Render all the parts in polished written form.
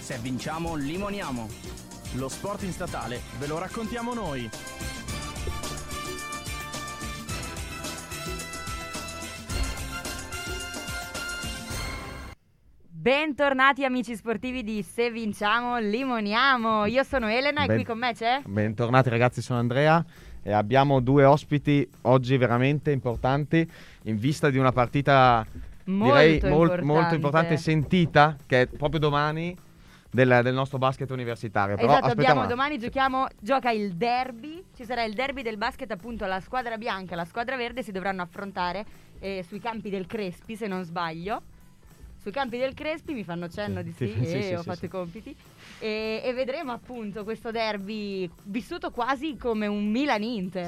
Se vinciamo, limoniamo. Lo sport in statale ve lo raccontiamo noi. Bentornati amici sportivi di Se Vinciamo Limoniamo. Io sono Elena e qui con me c'è... Bentornati ragazzi, sono Andrea e abbiamo due ospiti oggi veramente importanti in vista di una partita molto importante, sentita, che è proprio domani del nostro basket universitario. Però esatto, domani gioca il derby, ci sarà il derby del basket, appunto la squadra bianca e la squadra verde si dovranno affrontare sui campi del Crespi, se non sbaglio. Sui campi del Crespi, mi fanno cenno di sì, ho fatto i compiti e vedremo appunto questo derby vissuto quasi come un Milan-Inter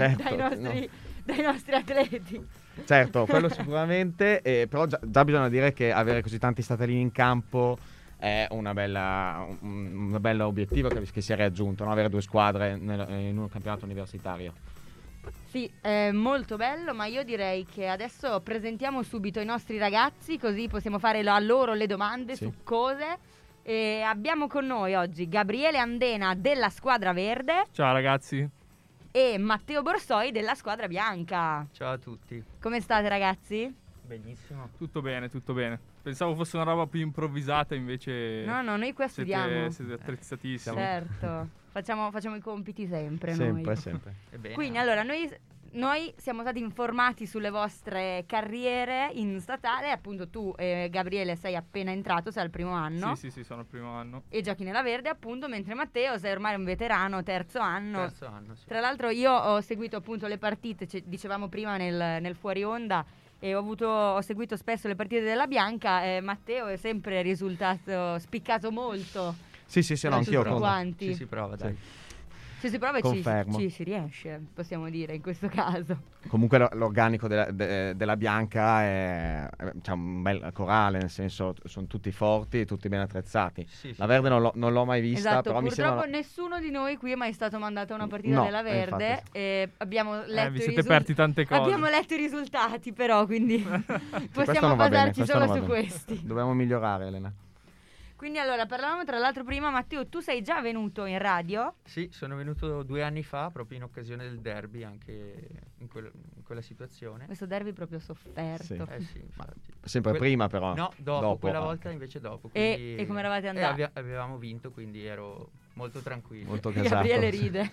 dai nostri atleti. Certo, quello sicuramente, però già bisogna dire che avere così tanti statalini in campo è una bella obiettivo che si è raggiunto, no? Avere due squadre in un campionato universitario. Sì, è molto bello, ma io direi che adesso presentiamo subito i nostri ragazzi, così possiamo fare a loro le domande su cose. E abbiamo con noi oggi Gabriele Andena della squadra verde. Ciao ragazzi. E Matteo Borsoi della squadra bianca. Ciao a tutti. Come state ragazzi? Benissimo. Tutto bene. Pensavo fosse una roba più improvvisata, invece... No, noi qua studiamo. Siete attrezzatissimi. Certo. Facciamo i compiti sempre. Sempre. Quindi allora noi siamo stati informati sulle vostre carriere in statale. Appunto tu Gabriele sei appena entrato, sei al primo anno. Sì, sono al primo anno. E giochi nella verde appunto, mentre Matteo sei ormai un veterano, terzo anno, sì. Tra l'altro io ho seguito appunto le partite, dicevamo prima nel fuori onda, e ho seguito spesso le partite della Bianca. Matteo è sempre risultato spiccato molto. Sì, no, anch'io. Quanti. Si prova, dai. Ci si prova Confermo. e ci si riesce, possiamo dire, in questo caso. Comunque l'organico della Bianca c'è un bel corale, nel senso sono tutti forti e tutti ben attrezzati. Sì. La Verde non l'ho mai vista, esatto, però purtroppo mi sembra... nessuno di noi qui è mai stato mandato a una partita della Verde. Infatti. E abbiamo letto vi siete aperti tante cose. Abbiamo letto i risultati, però, quindi possiamo non va bene, basarci solo su questi. Dobbiamo migliorare, Elena. Quindi allora, parlavamo tra l'altro prima, Matteo, tu sei già venuto in radio? Sì, sono venuto 2 anni fa, proprio in occasione del derby, anche in quella situazione. Questo derby proprio sofferto. Sì, infatti. Sempre prima però. No, dopo quella volta invece dopo. Quindi... E come eravate andati? Avevamo vinto, quindi ero molto tranquillo. Molto casato. Gabriele ride.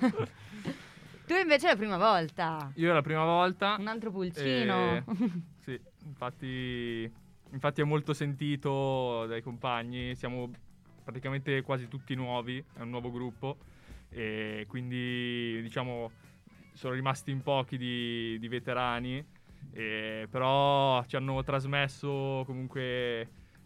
Tu invece è la prima volta. Io è la prima volta. Un altro pulcino. Sì, infatti è molto sentito dai compagni, siamo praticamente quasi tutti nuovi, è un nuovo gruppo e quindi diciamo sono rimasti in pochi di veterani, però ci hanno trasmesso comunque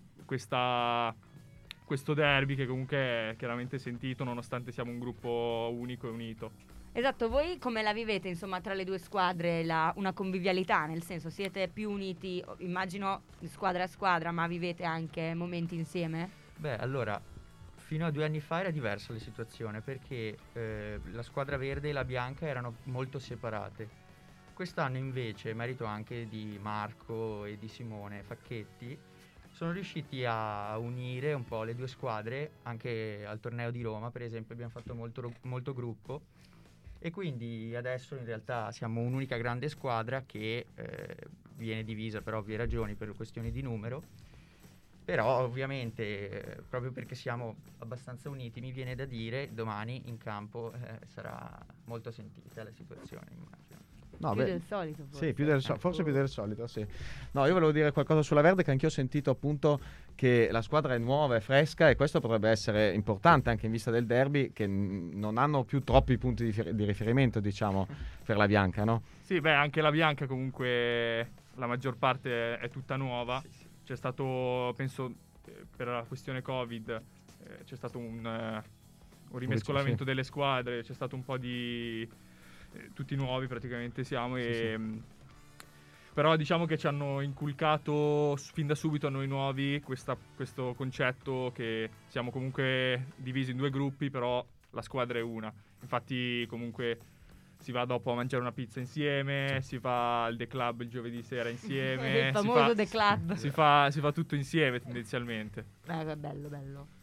questo derby che comunque è chiaramente sentito nonostante siamo un gruppo unico e unito. Esatto, voi come la vivete insomma tra le due squadre, una convivialità, nel senso siete più uniti, immagino squadra a squadra, ma vivete anche momenti insieme? Beh, allora, fino a 2 anni fa era diversa la situazione perché la squadra verde e la bianca erano molto separate. Quest'anno invece, merito anche di Marco e di Simone Facchetti, sono riusciti a unire un po' le due squadre, anche al torneo di Roma per esempio abbiamo fatto molto gruppo. E quindi adesso in realtà siamo un'unica grande squadra che viene divisa per ovvie ragioni, per questioni di numero, però ovviamente proprio perché siamo abbastanza uniti mi viene da dire domani in campo sarà molto sentita la situazione, immagino. Del solito forse. Sì, forse più del solito, sì. No, io volevo dire qualcosa sulla Verde, che anch'io ho sentito appunto che la squadra è nuova, è fresca e questo potrebbe essere importante anche in vista del derby, che non hanno più troppi punti di riferimento, diciamo, per la Bianca, no? Sì, anche la Bianca comunque la maggior parte è tutta nuova. Sì. C'è stato, penso, per la questione Covid, c'è stato un rimescolamento delle squadre, c'è stato un po' di... tutti nuovi praticamente siamo però diciamo che ci hanno inculcato fin da subito a noi nuovi questo concetto che siamo comunque divisi in 2 gruppi, però la squadra è una. Infatti comunque si va dopo a mangiare una pizza insieme, si fa al The Club il giovedì sera insieme, il famoso The Club. Si fa tutto insieme tendenzialmente. Bello.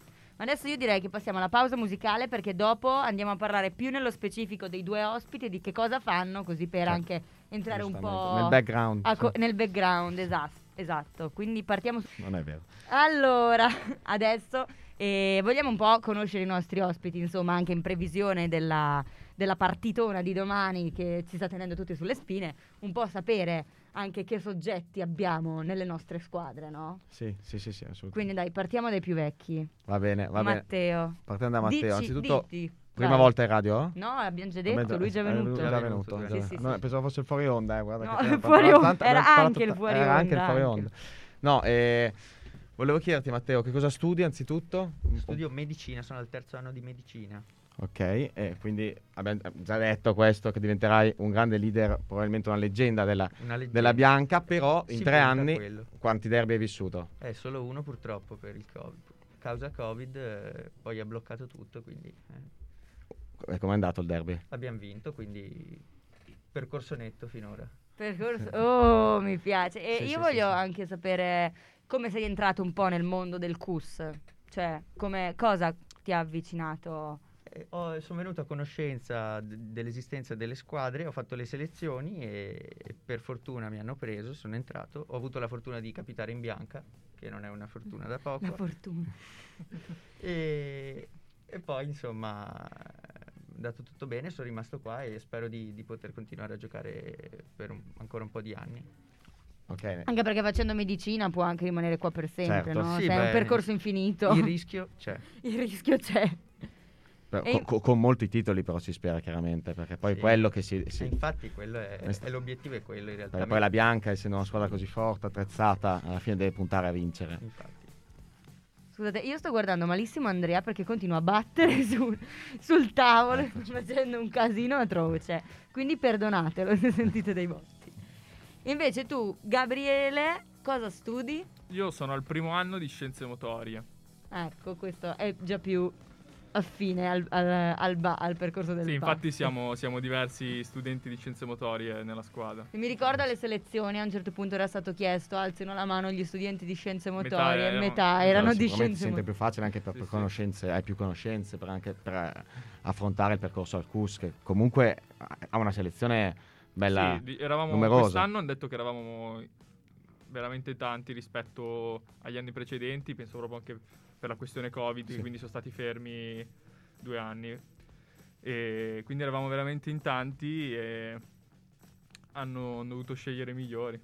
Adesso io direi che passiamo alla pausa musicale, perché dopo andiamo a parlare più nello specifico dei due ospiti e di che cosa fanno, così per anche entrare un po' nel background. nel background, esatto. Quindi partiamo Non è vero. Allora, adesso vogliamo un po' conoscere i nostri ospiti, insomma, anche in previsione della partitona di domani che ci sta tenendo tutti sulle spine, un po' sapere anche che soggetti abbiamo nelle nostre squadre, no? Sì, assolutamente. Quindi dai, partiamo dai più vecchi. Va bene. Matteo. Partendo da Matteo, Dici, anzitutto, ditti. prima Vai. volta in radio? No, abbiamo già detto, lui è già venuto. Già venuto. Sì, sì, No, sì. pensavo fosse il fuori onda, guarda. No, che il abbiamo fuori parlato onda, tanto, era abbiamo anche il fuori Era anche il onda, fuori anche. onda. No, volevo chiederti, Matteo, che cosa studi anzitutto? Studio medicina, sono al 3º anno di medicina. Ok, quindi abbiamo già detto questo, che diventerai un grande leader, probabilmente una leggenda della Bianca, però in Si 3 punta a anni quello. quanti derby hai vissuto? Solo uno purtroppo per il Covid. Causa Covid, poi ha bloccato tutto, quindi E com'è andato il derby? abbiamo vinto, quindi percorso netto finora. Percorso. Oh, mi piace. E Sì, io sì, voglio sì. anche sapere come sei entrato un po' nel mondo del CUS. Cioè, cosa ti ha avvicinato? Sono venuto a conoscenza dell'esistenza delle squadre, ho fatto le selezioni e per fortuna mi hanno preso, sono entrato, ho avuto la fortuna di capitare in bianca, che non è una fortuna da poco. La fortuna. E poi insomma è andato tutto bene, sono rimasto qua e spero di poter continuare a giocare per ancora un po' di anni. Ok. Anche perché facendo medicina può anche rimanere qua per sempre, Certo. no? Sì, Cioè, è un beh, percorso infinito. Il rischio c'è. Il rischio c'è. E- Con molti titoli però si spera chiaramente, perché poi Sì. quello che si... E infatti quello è Questa- l'obiettivo, è quello in realtà. Perché poi la Bianca, essendo una squadra così forte, attrezzata, alla fine deve puntare a vincere. Infatti. Scusate, io sto guardando malissimo Andrea perché continua a battere sul tavolo, facendo un casino atroce. Quindi perdonatelo se sentite dei botti. Invece tu, Gabriele, cosa studi? Io sono al primo anno di scienze motorie. Ecco, questo è già più affine al percorso del Sì, infatti basket. siamo diversi studenti di scienze motorie nella squadra. E mi ricordo alle selezioni a un certo punto era stato chiesto alzino la mano gli studenti di scienze Metà motorie, erano- metà erano di Sicuramente scienze si sente motorie. più facile anche per Sì, sì. conoscenze, hai più conoscenze anche per affrontare il percorso al CUS, che comunque ha una selezione bella, Sì, eravamo numerosa. quest'anno hanno detto che eravamo veramente tanti rispetto agli anni precedenti, penso proprio anche per la questione Covid, Sì. quindi sono stati fermi 2 anni. E quindi eravamo veramente in tanti e hanno dovuto scegliere i migliori.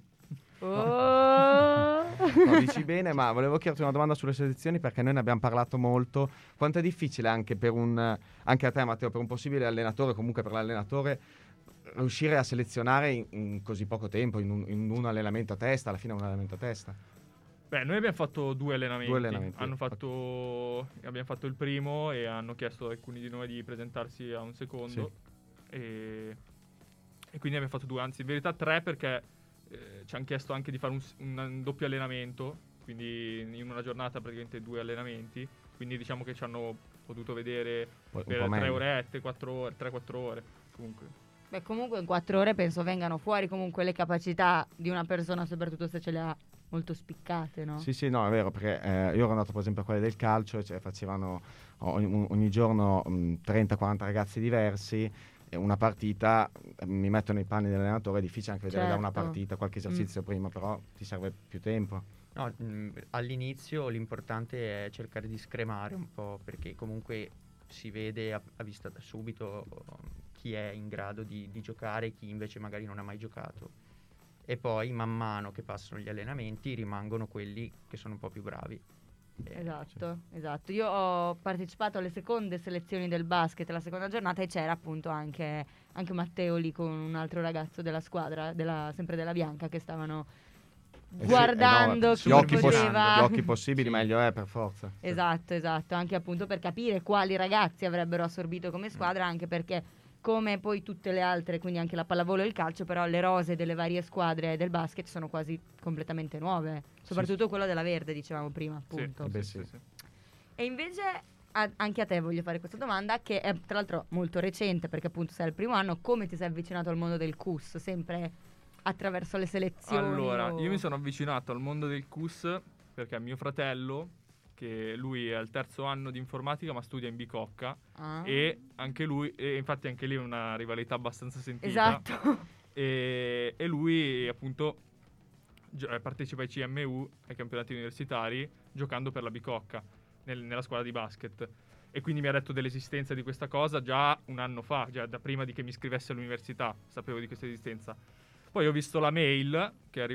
Oh! No, dici bene, ma volevo chiederti una domanda sulle selezioni, perché noi ne abbiamo parlato molto. Quanto è difficile anche anche a te, Matteo, per un possibile allenatore, comunque per l'allenatore, riuscire a selezionare in così poco tempo, in un allenamento a testa, alla fine un allenamento a testa? Beh, noi abbiamo fatto 2 allenamenti. Due allenamenti. Abbiamo fatto il primo e hanno chiesto ad alcuni di noi di presentarsi a un secondo. E quindi abbiamo fatto 2, anzi in verità 3, perché ci hanno chiesto anche di fare un doppio allenamento, quindi in una giornata praticamente 2 allenamenti. Quindi diciamo che ci hanno potuto vedere Poi un per po' 3 meglio. orette, 4 ore, 3-4 ore comunque. Beh, comunque in 4 ore penso vengano fuori comunque le capacità di una persona, soprattutto se ce le ha molto spiccate, no? Sì, no, è vero, perché io ero andato per esempio a quelle del calcio, cioè facevano ogni giorno 30-40 ragazzi diversi, e una partita, mi metto nei panni dell'allenatore, è difficile anche vedere da una Certo. partita qualche esercizio prima, però ti serve più tempo. No, all'inizio l'importante è cercare di scremare un po', perché comunque si vede a vista da subito chi è in grado di giocare e chi invece magari non ha mai giocato. E poi man mano che passano gli allenamenti rimangono quelli che sono un po' più bravi. Esatto. Io ho partecipato alle seconde selezioni del basket la seconda giornata e c'era appunto anche Matteo lì con un altro ragazzo della squadra, sempre della Bianca, che stavano guardando chi gli occhi, poteva. gli occhi possibili, Sì. meglio è per forza. Esatto, anche appunto per capire quali ragazzi avrebbero assorbito come squadra, anche perché come poi tutte le altre, quindi anche la pallavolo e il calcio, però le rose delle varie squadre del basket sono quasi completamente nuove, soprattutto quella della Verde, dicevamo prima, appunto. Beh, Sì. E invece anche a te voglio fare questa domanda, che è tra l'altro molto recente, perché appunto sei al primo anno. Come ti sei avvicinato al mondo del CUS? Sempre attraverso le selezioni? Allora, o- io mi sono avvicinato al mondo del CUS perché mio fratello, che lui è al terzo anno di informatica ma studia in Bicocca Ah. e anche lui, e infatti anche lì è una rivalità abbastanza sentita. Esatto. E lui appunto partecipa ai CMU, ai campionati universitari, giocando per la Bicocca nella squadra di basket. E quindi mi ha detto dell'esistenza di questa cosa già un anno fa, già da prima di che mi iscrivessi all'università, sapevo di questa esistenza. Poi ho visto la mail che mi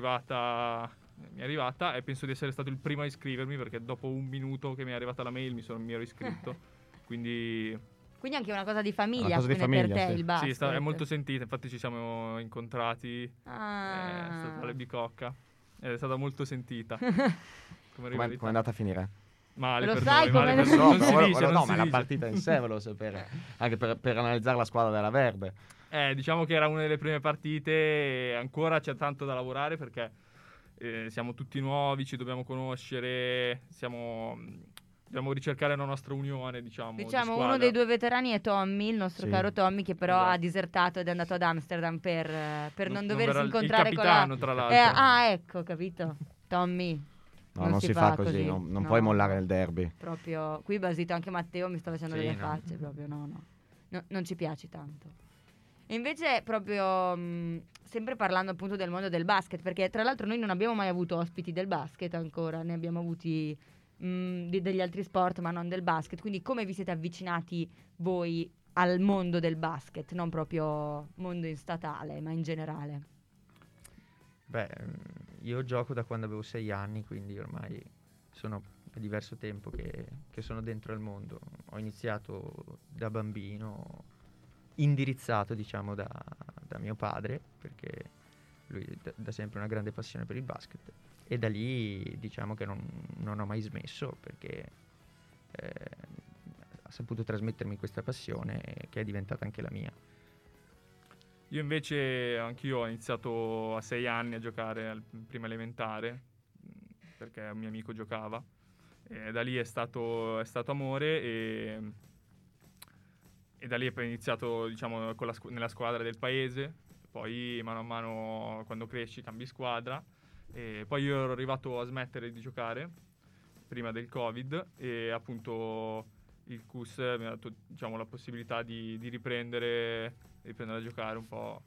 è arrivata e penso di essere stato il primo a iscrivermi, perché dopo un minuto che mi è arrivata la mail mi ero iscritto. Quindi Quindi anche una cosa di famiglia, Una cosa di come per famiglia, te sì. il basket. sì, è molto sentita, infatti ci siamo incontrati, è Ah. stata alle Bicocca, è stata molto sentita. Come Com'è rivalità. andata a finire? Male Lo per sai noi, male come- per No, noi. Non si però dice, non no, si ma la dice. partita in sé volevo sapere, anche per analizzare la squadra della Verde. Diciamo che era una delle prime partite e ancora c'è tanto da lavorare perché siamo tutti nuovi, ci dobbiamo conoscere, dobbiamo ricercare la nostra unione, diciamo di Diciamo squadra. uno dei due veterani è Tommy, il nostro Sì. caro Tommy, che però Esatto. ha disertato ed è andato ad Amsterdam per non doversi verrà il incontrare con la... capitano, tra l'altro. Ecco, capito. Tommy. No, non si fa così, non no. puoi mollare nel derby. Proprio, qui basito anche Matteo mi sta facendo Sì, delle no. facce, proprio no, non ci piaci tanto. E invece proprio sempre parlando appunto del mondo del basket, perché tra l'altro noi non abbiamo mai avuto ospiti del basket ancora, ne abbiamo avuti degli altri sport ma non del basket, quindi come vi siete avvicinati voi al mondo del basket, non proprio mondo in statale ma in generale? Beh, io gioco da quando avevo 6 anni, quindi ormai è diverso tempo che sono dentro al mondo. Ho iniziato da bambino, indirizzato diciamo da mio padre, perché lui da sempre una grande passione per il basket, e da lì diciamo che non ho mai smesso, perché ha saputo trasmettermi questa passione che è diventata anche la mia. Io invece, anch'io ho iniziato a 6 anni a giocare al prima elementare, perché un mio amico giocava, e da lì è stato amore, e da lì è iniziato, diciamo, nella squadra del paese. Poi mano a mano, quando cresci, cambi squadra, e poi io ero arrivato a smettere di giocare prima del Covid, e appunto il CUS mi ha dato, diciamo, la possibilità di riprendere a giocare un po'.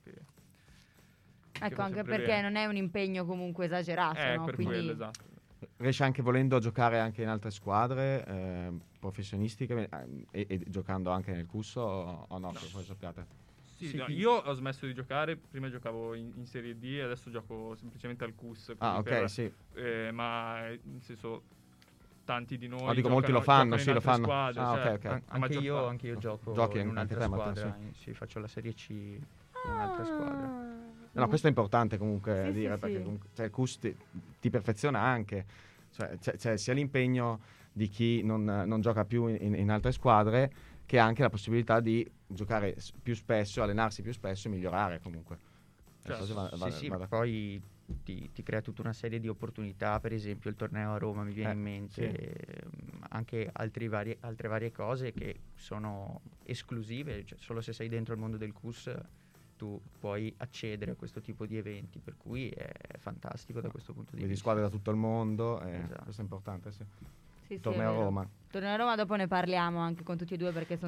Ecco, fa anche sempre perché bene. non è un impegno comunque esagerato, no? Per Quindi quello, esatto. Riesci anche volendo a giocare anche in altre squadre professionistiche e giocando anche nel CUS o no, che voi sappiate? Sì, no, io ho smesso di giocare, prima giocavo in Serie D e adesso gioco semplicemente al CUS. Ah, ok, sì. Ma nel senso, tanti di noi dico, molti lo fanno, sì, lo fanno. Squadre, Ah, cioè, ok. la Anche maggior io, parte. anche io gioco Giochi in anche un'altra te, Matteo, squadra, sì, faccio la Serie C in un'altra squadra. No, questo è importante comunque Sì, dire, sì, perché sì. comunque, cioè, il CUS ti perfeziona anche, cioè, c'è sia l'impegno di chi non gioca più in altre squadre, che anche la possibilità di giocare più spesso, allenarsi più spesso e migliorare comunque. Le Certo. cose Sì, vanno- poi ti crea tutta una serie di opportunità, per esempio il torneo a Roma mi viene in mente, anche altre varie cose che sono esclusive, cioè solo se sei dentro il mondo del CUS tu puoi accedere a questo tipo di eventi, per cui è fantastico da questo punto di Vedi vista. squadre da tutto il mondo, Esatto. questo è importante, sì. Sì, sì, Torneo è a vero. Roma. Torneo a Roma, dopo ne parliamo anche con tutti e due, perché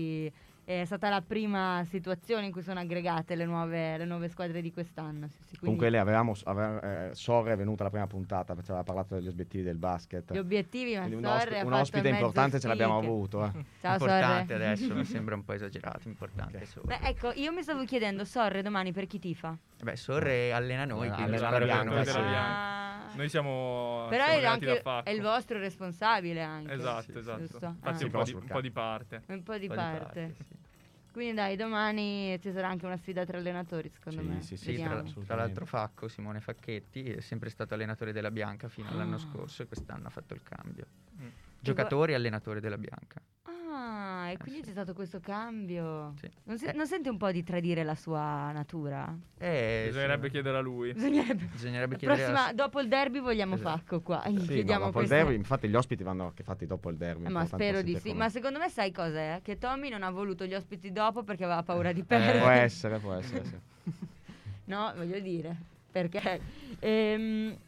è stata la prima situazione in cui sono aggregate le nuove squadre di quest'anno. Sì, sì, quindi Comunque lei Sorre è venuta la prima puntata, perché aveva parlato degli obiettivi del basket. gli obiettivi, ma Quindi Sorre ha un fatto ospite mezzo importante ce l'abbiamo speaker. avuto. Ciao Importante Sorre. adesso mi sembra un po' esagerato, importante Ok. solo. Beh, ecco, io mi stavo chiedendo, Sorre domani per chi tifa? Beh, Sorre allena noi, quindi Allena spero la che non Bianca, sia- sì. Ah. Noi siamo Però siamo è legati da anche Facco. è il vostro responsabile anche. Esatto, esatto. Giusto? Infatti Ah. un po' di parte. Un po' di un po' parte. sì. Quindi dai, domani ci sarà anche una sfida tra allenatori, secondo Sì, me. sì, sì, Sì, Vediamo. assolutamente. tra l'altro Facco, Simone Facchetti, è sempre stato allenatore della Bianca fino all'anno Ah. scorso e quest'anno ha fatto il cambio. Mm. Giocatore e allenatore della Bianca. Ah, e quindi sì. c'è stato questo cambio. Sì. Non sente un po' di tradire la sua natura? Bisognerebbe chiedere a lui. Bisognerebbe chiedere Dopo il derby vogliamo Esatto. Facco qua. Sì, no, Chiediamo dopo il queste- derby, infatti gli ospiti vanno anche fatti dopo il derby. Ma importante spero di sentire sì. come- Ma secondo me sai cos'è? Che Tommy non ha voluto gli ospiti dopo perché aveva paura di può perdere. essere, sì. No, voglio dire. Perché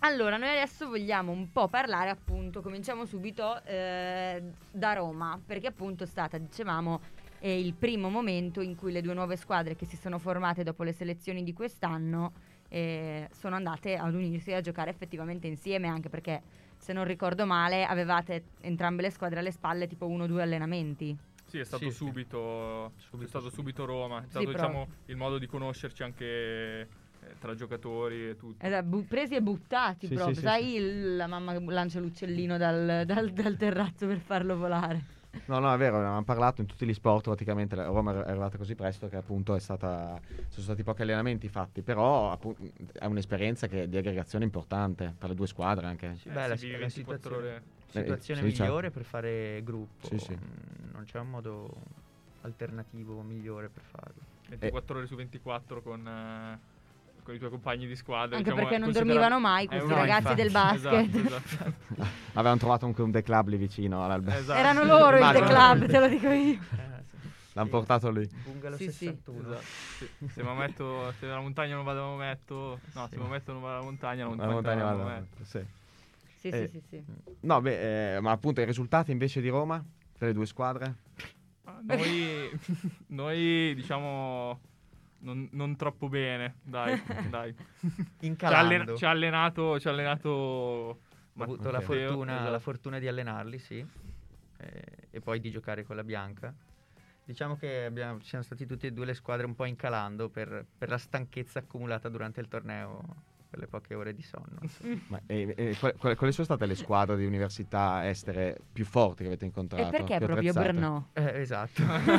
Allora, noi adesso vogliamo un po' parlare, appunto, cominciamo subito da Roma, perché appunto è stata, dicevamo, il primo momento in cui le due nuove squadre che si sono formate dopo le selezioni di quest'anno sono andate ad unirsi e a giocare effettivamente insieme, anche perché, se non ricordo male, avevate entrambe le squadre alle spalle tipo 1 o 2 allenamenti. Sì, è stato Sì, subito Roma, è Sì, stato, però- diciamo, il modo di conoscerci anche tra giocatori e tutto. Presi e buttati Sì, proprio, sì, sì, sai, la mamma che lancia l'uccellino dal terrazzo per farlo volare. No, è vero, ne avevamo parlato in tutti gli sport, praticamente la Roma è arrivata così presto che appunto sono stati pochi allenamenti fatti, però è un'esperienza di aggregazione importante per le due squadre anche. Sì, beh, si vive la 24 ore. situazione sì, certo. migliore per fare gruppo. Sì, sì. Non c'è un modo alternativo migliore per farlo. 24 ore su 24 con i tuoi compagni di squadra. Anche diciamo, perché non considera- dormivano mai questi no, ragazzi infatti. del basket. Esatto. Avevano trovato anche un The Club lì vicino all'albergo. Esatto. Erano loro il The Immagino. Club, te lo dico io. Sì. L'hanno portato lì. Bungalow Sì, sì. 61. Esatto, sì. Se dalla montagna non vado a Maometto, no, se Maometto non va alla montagna, non La montagna va a vada- Maometto. sì. Sì, Eh. sì. No, ma appunto i risultati invece di Roma per le due squadre? Ma noi diciamo non troppo bene, dai. Incalando. Ci ha allenato Ho avuto la Matteo, fortuna, esatto. la fortuna di allenarli, sì, e poi di giocare con la bianca. Diciamo che siamo stati tutti e due le squadre un po' incalando per la stanchezza accumulata durante il torneo, per le poche ore di sonno. Quali sono state le squadre di università estere più forti che avete incontrato? E perché più proprio attrezzate? Brno? Esatto.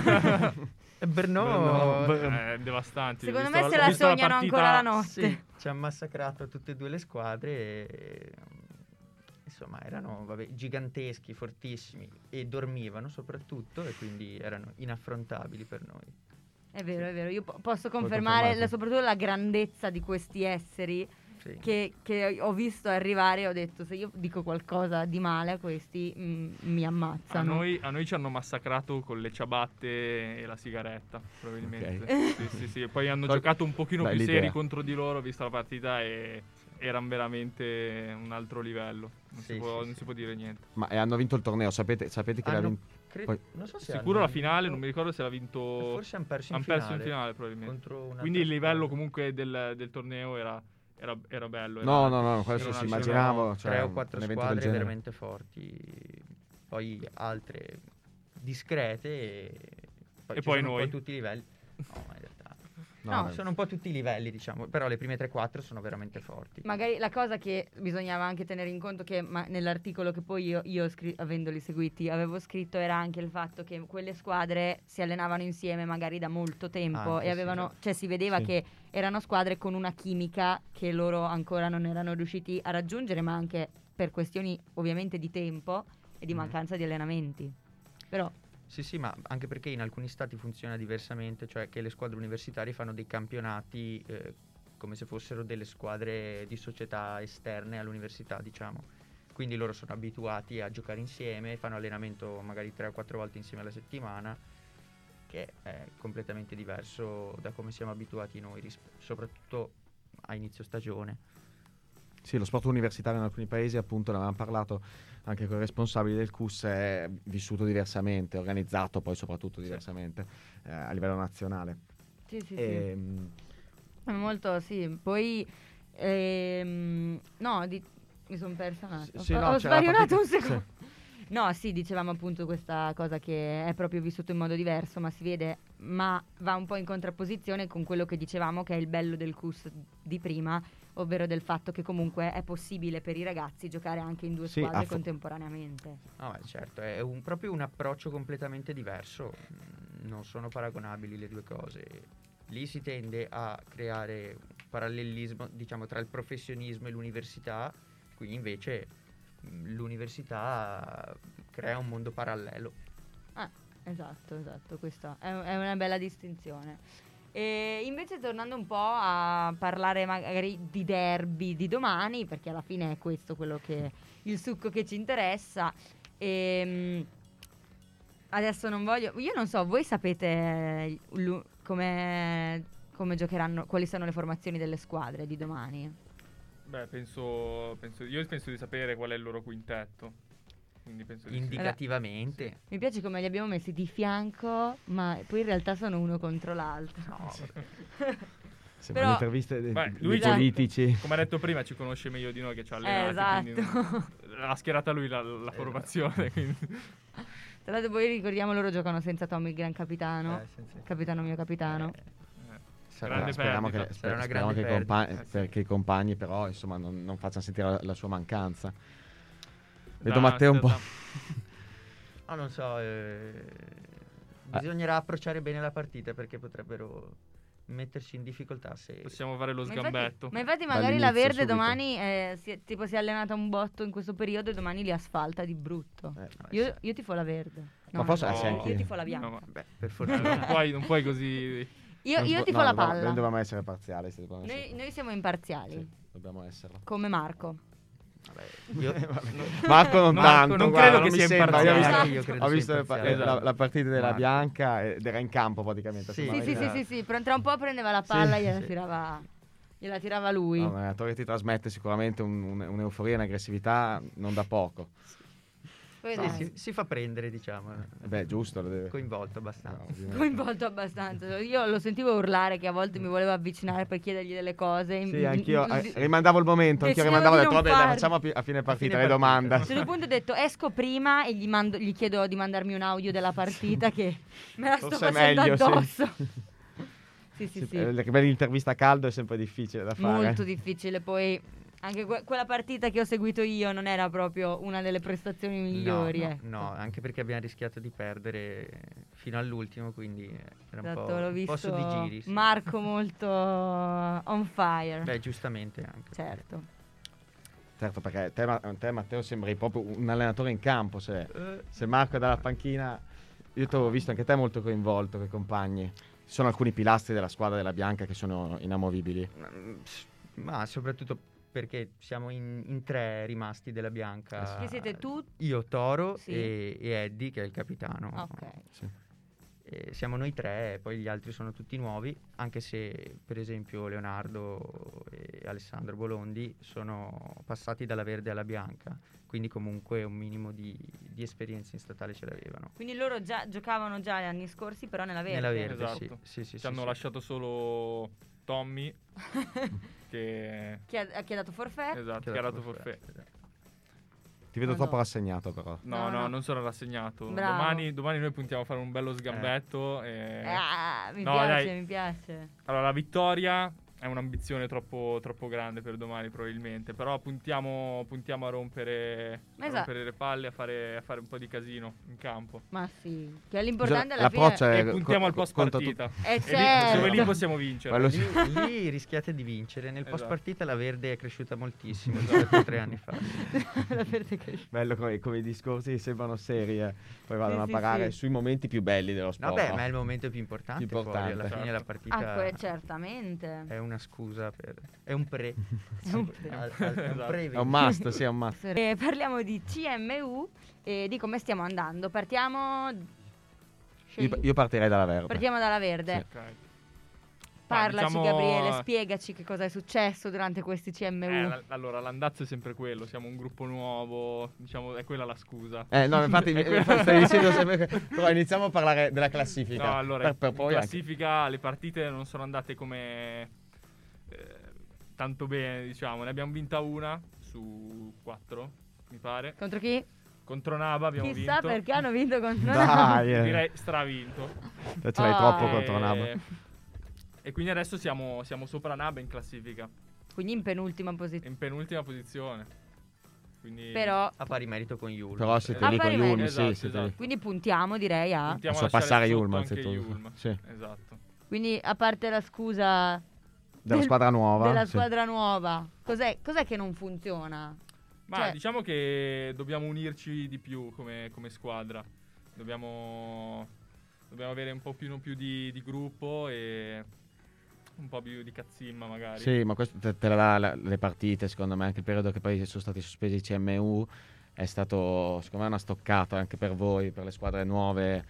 Brno, devastanti. Secondo Ho me visto- se ho la visto sognano partita- ancora la notte. sì, ci ha massacrato tutte e due le squadre e, insomma, erano giganteschi, fortissimi e dormivano soprattutto, e quindi erano inaffrontabili per noi. È vero, io posso Puoi confermare confermarlo. soprattutto la grandezza di questi esseri Sì. che ho visto arrivare e ho detto, se io dico qualcosa di male a questi mi A ammazzano. noi ci hanno massacrato con le ciabatte e la sigaretta, probabilmente. Ok. Sì. E poi hanno Poi- giocato un pochino Beh, più l'idea. seri contro di loro, vista la partita, e erano veramente un altro livello. Non Sì, si sì. può dire niente. Ma hanno vinto il torneo, sapete che l'ha Hanno- vinto? Poi- non so se Sicuro hanno la finale, vinto- non mi ricordo se l'ha vinto. Forse hanno perso in Han finale. perso in finale, probabilmente. contro un'altra Quindi il livello squadra. comunque del torneo era bello. No, questo era si una immaginavo. Cioè, 3 o 4 un evento del squadre genere. veramente forti, poi altre discrete E ci poi sono noi. un po' tutti i livelli. No, ma in realtà No, sono un po' tutti i livelli, diciamo, però le prime 3-4 sono veramente forti. Magari la cosa che bisognava anche tenere in conto, che nell'articolo che poi io avendoli seguiti avevo scritto, era anche il fatto che quelle squadre si allenavano insieme magari da molto tempo Anche, e sì, avevano, sì. cioè si vedeva Sì. che erano squadre con una chimica che loro ancora non erano riusciti a raggiungere, ma anche per questioni ovviamente di tempo e di mancanza di allenamenti. Però Sì, ma anche perché in alcuni stati funziona diversamente, cioè che le squadre universitarie fanno dei campionati come se fossero delle squadre di società esterne all'università, diciamo. Quindi loro sono abituati a giocare insieme, fanno allenamento magari 3 o 4 volte insieme alla settimana, che è completamente diverso da come siamo abituati noi, soprattutto a inizio stagione. Sì, lo sport universitario in alcuni paesi, appunto, ne avevamo parlato anche con i responsabili del CUS, è vissuto diversamente, organizzato poi soprattutto diversamente a livello nazionale. sì. E, Molto, sì. Poi no, mi sono persa un attimo. Sì, ho no, c'era la sparionato partita- un secondo. No, sì, dicevamo appunto questa cosa che è proprio vissuto in modo diverso, ma si vede, ma va un po' in contrapposizione con quello che dicevamo che è il bello del CUS di prima, ovvero del fatto che comunque è possibile per i ragazzi giocare anche in due Sì, squadre contemporaneamente. No, certo, è proprio un approccio completamente diverso, non sono paragonabili le due cose. Lì si tende a creare un parallelismo, diciamo, tra il professionismo e l'università, qui invece l'università crea un mondo parallelo. Esatto, questa è una bella distinzione. E invece tornando un po' a parlare magari di derby di domani, perché alla fine è questo quello che il succo che ci interessa. Adesso io non so, voi sapete come giocheranno, quali sono le formazioni delle squadre di domani? Beh, penso di sapere qual è il loro quintetto. Quindi penso di sì. Indicativamente. Mi piace come li abbiamo messi di fianco, ma poi in realtà sono uno contro l'altro. No, Sembrano Però- interviste Beh, dei lui politici. Come ha detto prima, ci conosce meglio di noi che ci ha allenati. Esatto. Quindi l'ha schierata lui la formazione. Quindi. Tra l'altro poi ricordiamo loro giocano senza Tommy, il gran capitano. sì. Capitano mio capitano. Grande Speriamo perdita. Sarà una speriamo grande che i compa- perdita. perché i compagni però insomma non facciano sentire la sua mancanza. Vedo Da- Matteo un po'. Ah, non so, bisognerà approcciare bene la partita perché potrebbero metterci in difficoltà se... Possiamo fare lo sgambetto. Ma infatti magari la Dall'inizio, Verde subito. domani si è allenata un botto in questo periodo e domani li asfalta di brutto. Io tifo la Verde. Ma forse no, sì, anche io tifo la bianca. No, ma- Beh, per fortuna... non puoi così. Io tifo la palla. Non dobbiamo essere parziali. Noi siamo imparziali, Sì, dobbiamo esserlo. come Marco. Vabbè, io... Marco non tanto, non guarda, credo non che mi sia sembra. imparziale. Io ho Anche io visto, credo ho sia visto imparziale. la partita della Marco. Bianca ed era in campo praticamente. Sì, Sì, però tra un po' prendeva la palla e gliela tirava lui. No, un allenatore che ti trasmette sicuramente un'euforia e un'aggressività non da poco. Poi Sì, dai, si fa prendere, diciamo, Beh, giusto, lo deve. coinvolto abbastanza. No, ovviamente. coinvolto abbastanza. Io lo sentivo urlare che a volte mi voleva avvicinare per chiedergli delle cose. Sì, anch'io rimandavo il momento, anch'io Decidevo rimandavo e ho di detto non vabbè, dai, farlo. facciamo a fine partita fine le domande. A un certo punto ho detto esco prima e gli chiedo di mandarmi un audio della partita che me la sto Forse è facendo meglio, sì. addosso. Sì. L'intervista a caldo è sempre difficile da fare. Molto difficile. Poi anche quella partita che ho seguito io non era proprio una delle prestazioni migliori. No, anche perché abbiamo rischiato di perdere fino all'ultimo, quindi era un Esatto, po' l'ho un visto po' su di giri. Sì. Marco molto on fire. Beh, giustamente anche. Certo. Certo, perché te Matteo sembri proprio un allenatore in campo, se Marco è dalla panchina, io ti avevo visto anche te molto coinvolto con i compagni. Ci sono alcuni pilastri della squadra della Bianca che sono inamovibili. Ma soprattutto perché siamo in tre rimasti della Bianca. Chi siete tu? Io, Toro Sì. e Eddie, che è il capitano. Ok. Sì. E siamo noi tre, e poi gli altri sono tutti nuovi, anche se per esempio Leonardo e Alessandro Bolondi sono passati dalla verde alla bianca, quindi comunque un minimo di esperienza in statale ce l'avevano. Quindi loro giocavano già gli anni scorsi, però nella verde. Nella verde, Esatto. sì. Ci hanno lasciato solo Tommy che Chi ha dato forfait? esatto, che ha dato forfait. Ti vedo Madonna. troppo rassegnato però. No. Non sono rassegnato. Bravo. Domani noi puntiamo a fare un bello sgambetto. Mi No, piace, dai. mi piace. Allora, la vittoria è un'ambizione troppo grande per domani, probabilmente. Però puntiamo a rompere, Esatto. le palle, a fare un po' di casino in campo. Ma sì, che l'importante alla L'approccio fine è E puntiamo al post conta partita. è E certo. lì possiamo vincere. Quello Lì rischiate di vincere. Nel Esatto. post partita la verde è cresciuta moltissimo rispetto a 3 anni fa. La verde che- bello come i discorsi sembrano seri, poi vanno Sì, a parlare sì. sui momenti più belli dello sport. Vabbè, no? ma è il momento più importante. Più Poi, alla importante. fine la partita certamente. è una scusa per... È un pre. È un pre. È un pre. È un must, sì, è un must. Parliamo di CMU e di come stiamo andando. Partiamo. Io partirei dalla verde. Partiamo dalla verde. Sì. Ok. Parlaci, diciamo- Gabriele, spiegaci che cosa è successo durante questi CMU. Allora, l'andazzo è sempre quello. Siamo un gruppo nuovo. Diciamo, è quella la scusa. No, infatti stai dicendo sempre che... Però iniziamo a parlare della classifica. No, allora, per in poi anche- classifica le partite non sono andate come tanto bene, diciamo. Ne abbiamo vinta una su 4, mi pare. Contro chi? Contro Naba abbiamo Chissà vinto. perché hanno vinto contro Dai, Direi stravinto. te ce l'hai troppo Ah. contro Naba. E quindi adesso siamo sopra Naba in classifica, Quindi in penultima posizione. in penultima posizione. Quindi Però. A pari merito con Yul. Però siete A lì con pari Yulm, merito. sì, Esatto, siete esatto. lì. Quindi puntiamo, direi, a. puntiamo a So lasciare passare sotto Yulm, anche anzitutto. Yulm. Sì. Esatto. Quindi, a parte la scusa. Della squadra nuova. Della sì. squadra nuova. Cos'è che non funziona? Ma Cioè- diciamo che dobbiamo unirci di più come squadra. Dobbiamo avere un po' più di gruppo e un po' più di cazzimma magari. Sì, ma questo te la dà le partite, secondo me, anche il periodo che poi sono stati sospesi i CMU è stato, secondo me, una stoccata anche per voi, per le squadre nuove.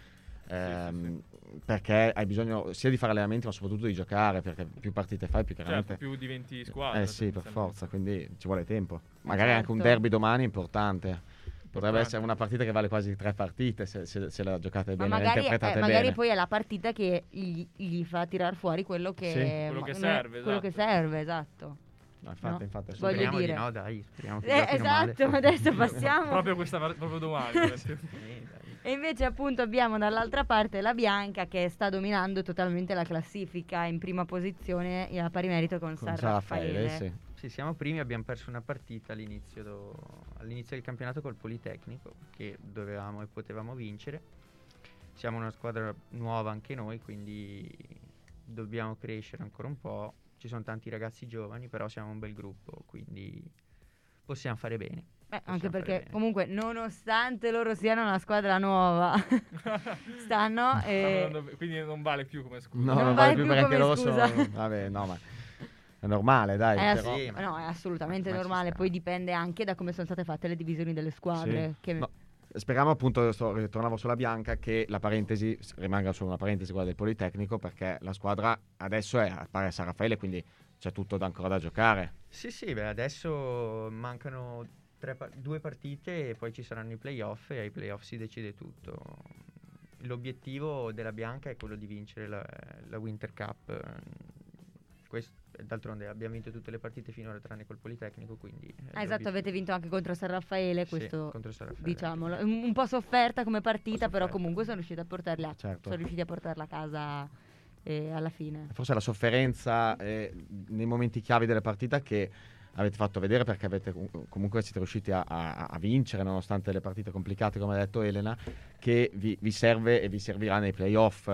perché hai bisogno sia di fare allenamenti ma soprattutto di giocare, perché più partite fai più chiaramente Certo, più diventi squadra. sì, per forza, quindi ci vuole tempo. Magari certo. anche un derby domani è importante. Potrebbe essere una partita che vale quasi 3 partite se la giocate Ma bene, la magari, interpretate magari bene. poi è la partita che gli fa tirar fuori quello che, Sì. Quello che no, serve, quello che esatto. serve, esatto. No, infatti, No. infatti, Voglio Speriamo dire. di no, dai. Speriamo che giochino Esatto, male. adesso passiamo. proprio domani. Dai. E invece appunto abbiamo dall'altra parte la Bianca che sta dominando totalmente la classifica, in prima posizione a pari merito con San Raffaele. sì. Sì, siamo primi, abbiamo perso una partita all'inizio del campionato col Politecnico che dovevamo e potevamo vincere. Siamo una squadra nuova anche noi, quindi dobbiamo crescere ancora un po'. Ci sono tanti ragazzi giovani, però siamo un bel gruppo, quindi possiamo fare bene. Anche Possiamo perché fare bene. comunque nonostante loro siano una squadra nuova stanno Quindi non vale più come scusa. No, Non non vale vale più più perché come loro scusa. sono... Vabbè, no, ma è normale, dai. È però... sì, ma- no, è assolutamente ma ci normale, sta. poi dipende anche da come sono state fatte le divisioni delle squadre. Sì. Che... No, speriamo appunto, tornavo sulla Bianca, che la parentesi rimanga solo una parentesi quella del Politecnico, perché la squadra adesso è a pari a San Raffaele, quindi c'è tutto ancora da giocare. Sì, beh, adesso mancano 2 partite e poi ci saranno i playoff e ai playoff si decide tutto. L'obiettivo della Bianca è quello di vincere la Winter Cup. D'altronde abbiamo vinto tutte le partite finora tranne col Politecnico, quindi esatto, avete vinto anche contro San Raffaele, Sì, questo contro San Raffaele. diciamolo, un po' sofferta come partita, Un po' però sofferta. comunque sono riusciti a portarla a casa alla fine. Forse la sofferenza nei momenti chiavi della partita che avete fatto vedere, perché avete comunque siete riusciti a vincere nonostante le partite complicate, come ha detto Elena, che vi serve e vi servirà nei playoff,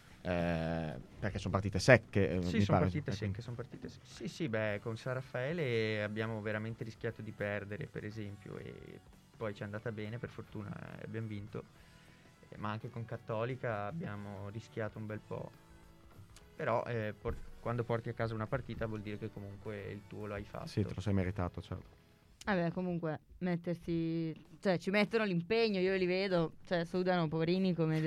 perché sono partite secche. Sì, mi sono pare. partite secche, sono partite secche. Sì, beh, con San Raffaele abbiamo veramente rischiato di perdere, per esempio, e poi ci è andata bene, per fortuna abbiamo vinto. Ma anche con Cattolica abbiamo rischiato un bel po'. Però quando porti a casa una partita vuol dire che comunque il tuo l'hai fatto. Sì, te lo sei meritato, certo. Vabbè, comunque cioè ci mettono l'impegno, io li vedo, cioè sudano poverini come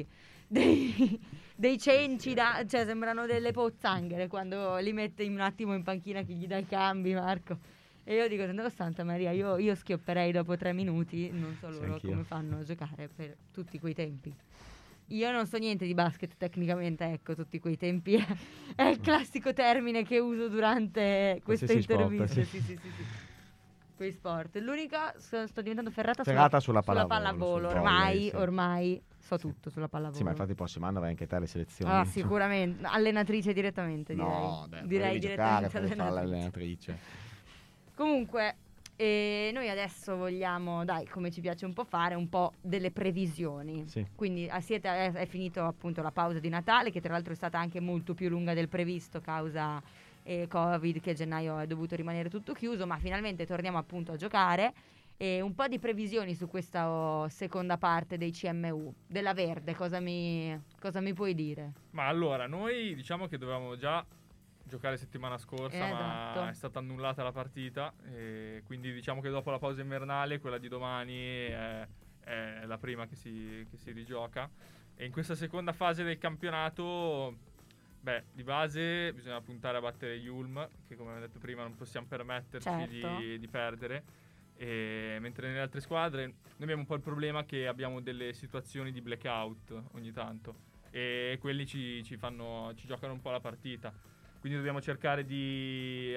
dei cenci, cioè sembrano delle pozzanghere quando li mette un attimo in panchina chi gli dà i cambi, Marco. E io dico, Santa Maria, io schiopperei dopo 3 minuti, non so Sì, loro anch'io. come fanno a giocare per tutti quei tempi. Io non so niente di basket tecnicamente, ecco, tutti quei tempi è il classico termine che uso durante queste Qualsiasi sport, interviste. sì. Sì. Quei sport. L'unica, sto diventando ferrata Sulla pallavolo, pallavolo. sul volley, sì. Ormai so tutto sulla pallavolo. Sì, ma infatti il prossimo anno vai anche te alle selezioni. Ah, sicuramente. Allenatrice direttamente, direi. No, dai, direi devi giocare direttamente per fare allenatrice. l'allenatrice. Comunque, noi adesso vogliamo, dai, come ci piace un po' fare, un po' delle previsioni. Sì. Quindi è finito appunto la pausa di Natale, che tra l'altro è stata anche molto più lunga del previsto causa Covid, che a gennaio è dovuto rimanere tutto chiuso, ma finalmente torniamo appunto a giocare. E un po' di previsioni su questa seconda parte dei CMU. Della Verde, cosa mi puoi dire? Ma allora, noi diciamo che dovevamo già giocare settimana scorsa, Esatto. ma è stata annullata la partita, e quindi diciamo che dopo la pausa invernale, quella di domani è la prima che si rigioca. E in questa seconda fase del campionato, beh, di base bisogna puntare a battere gli Ulm, che come abbiamo detto prima non possiamo permetterci Certo. di perdere. E mentre nelle altre squadre noi abbiamo un po' il problema che abbiamo delle situazioni di blackout ogni tanto, e quelli ci giocano un po' la partita. Quindi dobbiamo cercare di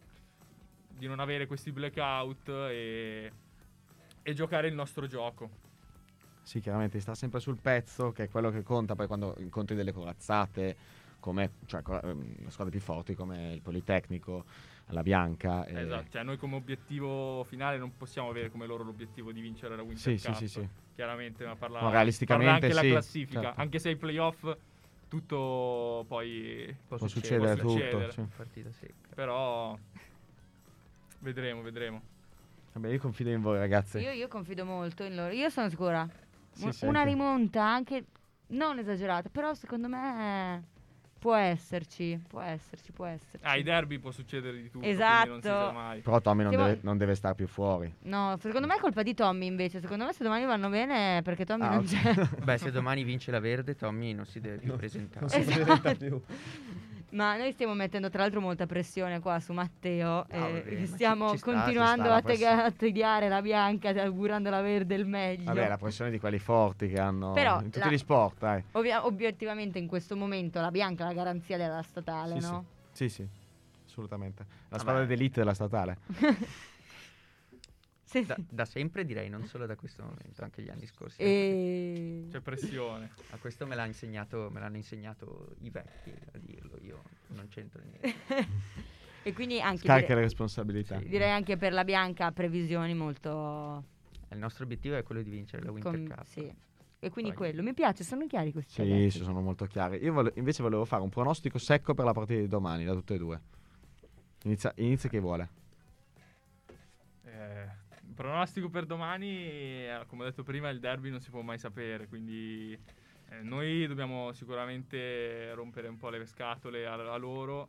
non avere questi blackout e giocare il nostro gioco. Sì, chiaramente sta sempre sul pezzo, che è quello che conta poi quando incontri delle corazzate, come squadre più forti come il Politecnico, la Bianca. Esatto, cioè noi come obiettivo finale non possiamo avere come loro l'obiettivo di vincere la Winter Cup. Sì. Chiaramente, ma Ma realisticamente parla anche sì, la classifica, certo. anche se ai playoff tutto poi Può Può succedere succedere tutto. succedere. Sì. Partita secca. però vedremo. Vabbè, io confido in voi, ragazzi. Io confido molto in loro. Io sono sicura. Sì, Una anche. rimonta anche non esagerata, però secondo me Può esserci. Ai derby può succedere di tutto, Esatto. quindi non si sa mai. Però Tommy Siamo- non deve stare più fuori. No, secondo me è colpa di Tommy invece. Secondo me se domani vanno bene è perché Tommy non ok. c'è. Beh, se domani vince la Verde, Tommy non si deve più presentare. Non si Esatto. presenta più. Ma noi stiamo mettendo tra l'altro molta pressione qua su Matteo. vabbè, E ma stiamo ci sta, continuando la a pressione. a tediare la Bianca, augurando la Verde il meglio. Vabbè, la pressione di quelli forti che hanno Però in tutti la- gli sport, dai. Obiettivamente in questo momento la Bianca è la garanzia della statale, Sì, no? Sì, assolutamente. La Vabbè. squadra d'elite della statale. Sì, Da, sì. da sempre direi, non solo da questo momento, anche gli anni scorsi. E... C'è pressione. A questo me l'hanno insegnato i vecchi a dirlo, io non c'entro niente. e quindi anche Scarica le responsabilità. Sì. direi anche per la Bianca previsioni molto Il nostro obiettivo è quello di vincere la Winter Cup. sì. E quindi Poi- quello mi piace, sono chiari questi Sì, ragazzi. sì, sono molto chiari. Io invece volevo fare un pronostico secco per la partita di domani, da tutte e due. Inizia chi vuole. Il pronostico per domani, come ho detto prima, il derby non si può mai sapere, quindi noi dobbiamo sicuramente rompere un po' le scatole a loro.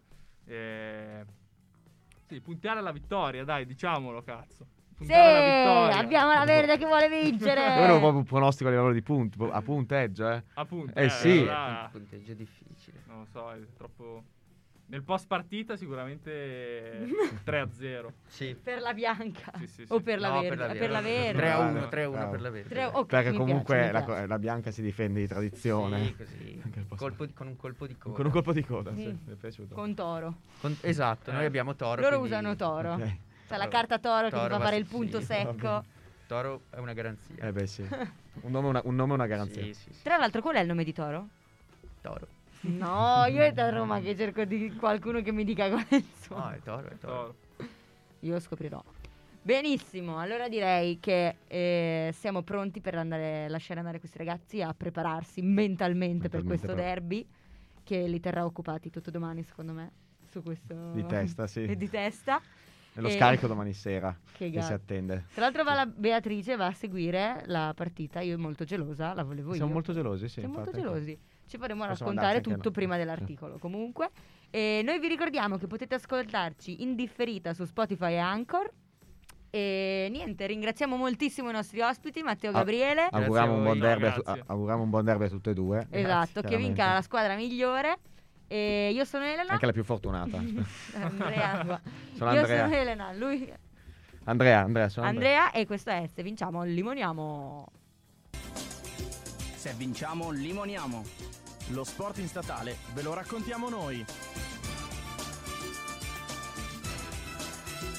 Sì, puntare alla vittoria, dai, diciamolo, cazzo. Sì, Puntare alla vittoria. abbiamo la Verde che vuole Io vincere. volevo proprio un pronostico a livello di punti, a punteggio, Appunto, sì. allora, Un punteggio difficile. non lo so, è troppo... Nel post partita sicuramente 3-0. Sì. Per la Bianca Sì, sì, sì. o per la No, Verde? per la Verde. Verde. 3-1 Bravo. per la Verde. Tre- ok, Perché mi comunque piace, mi piace. la bianca si difende di tradizione. Sì, così. Anche il posto- Con un colpo di coda. Con un colpo di coda, sì, Sì. mi è piaciuto. Con Toro. Esatto, noi abbiamo Toro. Loro quindi usano Toro. Ok. Cioè la carta Toro che ti Toro fa va fare su- il punto sì, secco. Toro è una garanzia. Beh sì. Un nome è una garanzia. Sì, sì, sì. Tra l'altro qual è il nome di Toro? Toro. No, io è da Roma che cerco di qualcuno che mi dica qual è il suo. No, è Toro, è Toro. Toro. Io lo scoprirò. Benissimo, allora direi che siamo pronti per lasciare andare questi ragazzi a prepararsi mentalmente per questo derby che li terrà occupati tutto domani secondo me su questo Di testa, sì. di testa. E lo E- scarico domani sera Che che si gatto. attende. Tra l'altro Beatrice va a seguire la partita, io molto gelosa, la volevo Siamo io. molto gelosi, sì. Siamo molto infatti. gelosi. Ci faremo Possiamo raccontare andarci anche tutto noi. prima Sì. dell'articolo. Comunque, noi vi ricordiamo che potete ascoltarci in differita su Spotify e Anchor. E niente, ringraziamo moltissimo i nostri ospiti, Matteo e Ah, Gabriele. Auguriamo a un voi. buon derby Grazie. auguriamo un buon derby a tutte e due. Esatto, che chiaramente. vinca la squadra migliore. E io sono Elena. Anche la più fortunata. Andrea. Sono Io Andrea. sono Elena, lui Andrea, sono Andrea e questo è Se vinciamo limoniamo. Se vinciamo, limoniamo. Lo sport in statale ve lo raccontiamo noi.